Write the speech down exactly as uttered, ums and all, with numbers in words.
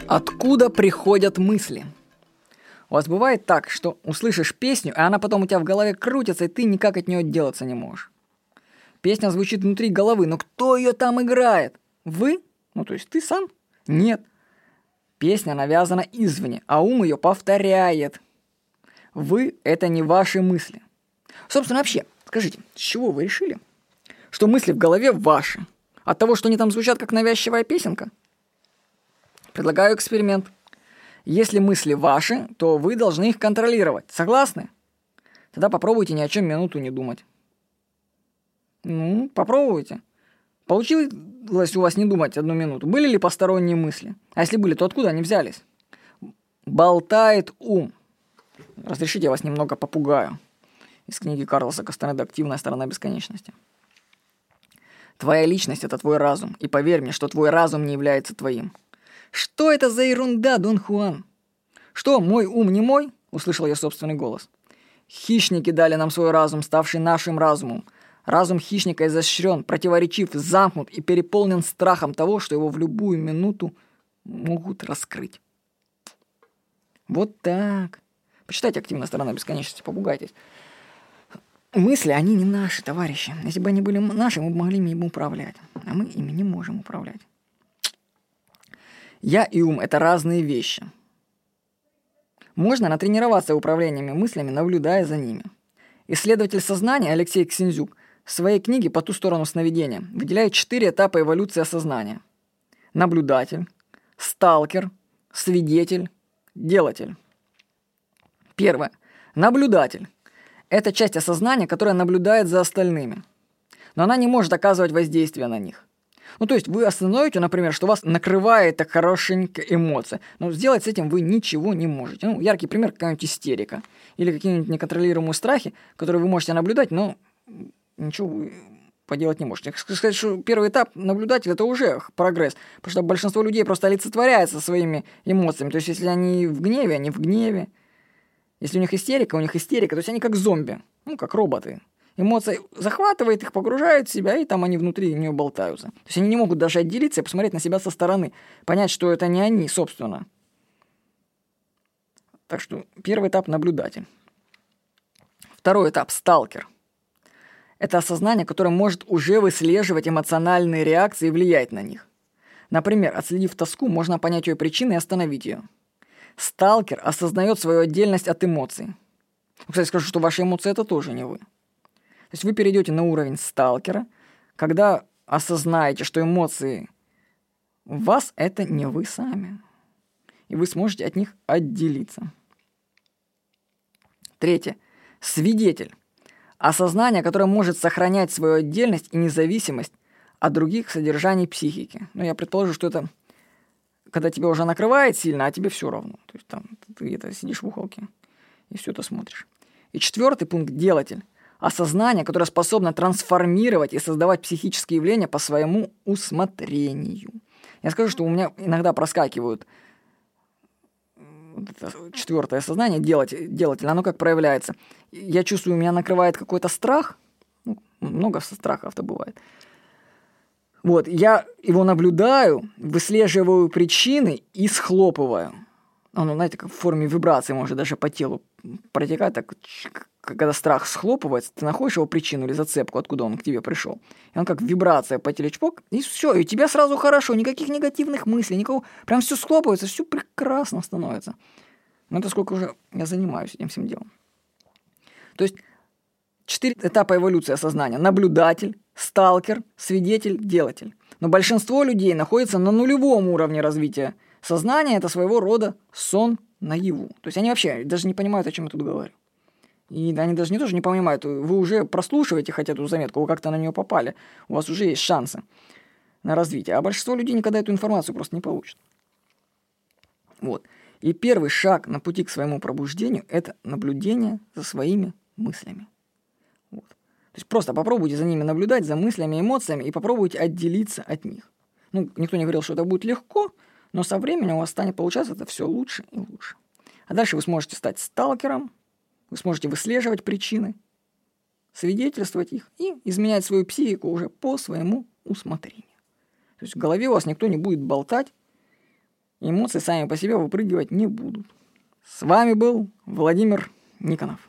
Откуда приходят мысли? У вас бывает так, что услышишь песню, и она потом у тебя в голове крутится, и ты никак от нее отделаться не можешь. Песня звучит внутри головы, но кто ее там играет? Вы? Ну, то есть ты сам? Нет. Песня навязана извне, а ум ее повторяет. Вы — это не ваши мысли. Собственно, вообще, скажите, с чего вы решили, что мысли в голове ваши? От того, что они там звучат, как навязчивая песенка? Предлагаю эксперимент. Если мысли ваши, то вы должны их контролировать. Согласны? Тогда попробуйте ни о чем минуту не думать. Ну, попробуйте. Получилось у вас не думать одну минуту? Были ли посторонние мысли? А если были, то откуда они взялись? Болтает ум. Разрешите, я вас немного попугаю. Из книги Карлоса Кастанеда «Активная сторона бесконечности». Твоя личность — это твой разум. И поверь мне, что твой разум не является твоим. Что это за ерунда, Дон Хуан? Что, мой ум не мой? Услышал я собственный голос. Хищники дали нам свой разум, ставший нашим разумом. Разум хищника изощрен, противоречив, замкнут и переполнен страхом того, что его в любую минуту могут раскрыть. Вот так. Почитайте «Активная сторона бесконечности», попугайтесь. Мысли, они не наши, товарищи. Если бы они были наши, мы бы могли ими управлять. А мы ими не можем управлять. Я и ум — это разные вещи. Можно натренироваться управлениями мыслями, наблюдая за ними. Исследователь сознания Алексей Ксензюк в своей книге «По ту сторону сновидения» выделяет четыре этапа эволюции сознания. Наблюдатель, сталкер, свидетель, делатель. Первое. Наблюдатель. Это часть осознания, которая наблюдает за остальными. Но она не может оказывать воздействие на них. Ну, то есть вы остановите, например, что вас накрывает так хорошенько эмоция, но сделать с этим вы ничего не можете. Ну, яркий пример — какая-нибудь истерика. Или какие-нибудь неконтролируемые страхи, которые вы можете наблюдать, но ничего вы поделать не можете. Сказать, что первый этап наблюдателя — это уже прогресс, потому что большинство людей просто олицетворяется своими эмоциями. То есть если они в гневе, они в гневе. Если у них истерика, у них истерика. То есть они как зомби, ну, как роботы. Эмоция захватывает их, погружает в себя, и там они внутри нее болтаются. То есть они не могут даже отделиться и посмотреть на себя со стороны, понять, что это не они, собственно. Так что первый этап — наблюдатель. Второй этап — сталкер. Это осознание, которое может уже выслеживать эмоциональные реакции и влиять на них. Например, отследив тоску, можно понять ее причины и остановить ее. Сталкер осознает свою отдельность от эмоций. Кстати, скажу, что ваши эмоции — это тоже не вы. То есть вы перейдете на уровень сталкера, когда осознаете, что эмоции в вас — это не вы сами. И вы сможете от них отделиться. Третье. Свидетель. Осознание, которое может сохранять свою отдельность и независимость от других содержаний психики. Ну, я предположу, что это когда тебя уже накрывает сильно, а тебе все равно. То есть там ты где-то сидишь в ухолке и все это смотришь. И четвертый пункт — делатель. Осознание, которое способно трансформировать и создавать психические явления по своему усмотрению. Я скажу, что у меня иногда проскакивают четвертое сознание, делатель, делатель, оно как проявляется. Я чувствую, меня накрывает какой-то страх. Ну, много страхов-то бывает. Вот, я его наблюдаю, выслеживаю причины и схлопываю. Оно, знаете, как в форме вибрации может даже по телу протекать, так, когда страх схлопывается, ты находишь его причину или зацепку, откуда он к тебе пришел. И он как вибрация по телечпок, и все, и тебе сразу хорошо, никаких негативных мыслей, никого, прям все схлопывается, все прекрасно становится. Но это сколько уже я занимаюсь этим всем делом. То есть четыре этапа эволюции сознания: наблюдатель, сталкер, свидетель, делатель. Но большинство людей находится на нулевом уровне развития сознания. Это своего рода сон наяву. То есть они вообще даже не понимают, о чем я тут говорю. И они даже не тоже не понимают, вы уже прослушиваете хотя эту заметку, вы как-то на нее попали, у вас уже есть шансы на развитие. А большинство людей никогда эту информацию просто не получат. Вот. И первый шаг на пути к своему пробуждению – это наблюдение за своими мыслями. Вот. То есть просто попробуйте за ними наблюдать, за мыслями, эмоциями, и попробуйте отделиться от них. Ну, никто не говорил, что это будет легко, но со временем у вас станет получаться это все лучше и лучше. А дальше вы сможете стать сталкером, вы сможете выслеживать причины, свидетельствовать их и изменять свою психику уже по своему усмотрению. То есть в голове у вас никто не будет болтать эмоции сами по себе выпрыгивать не будут. С вами был Владимир Никонов.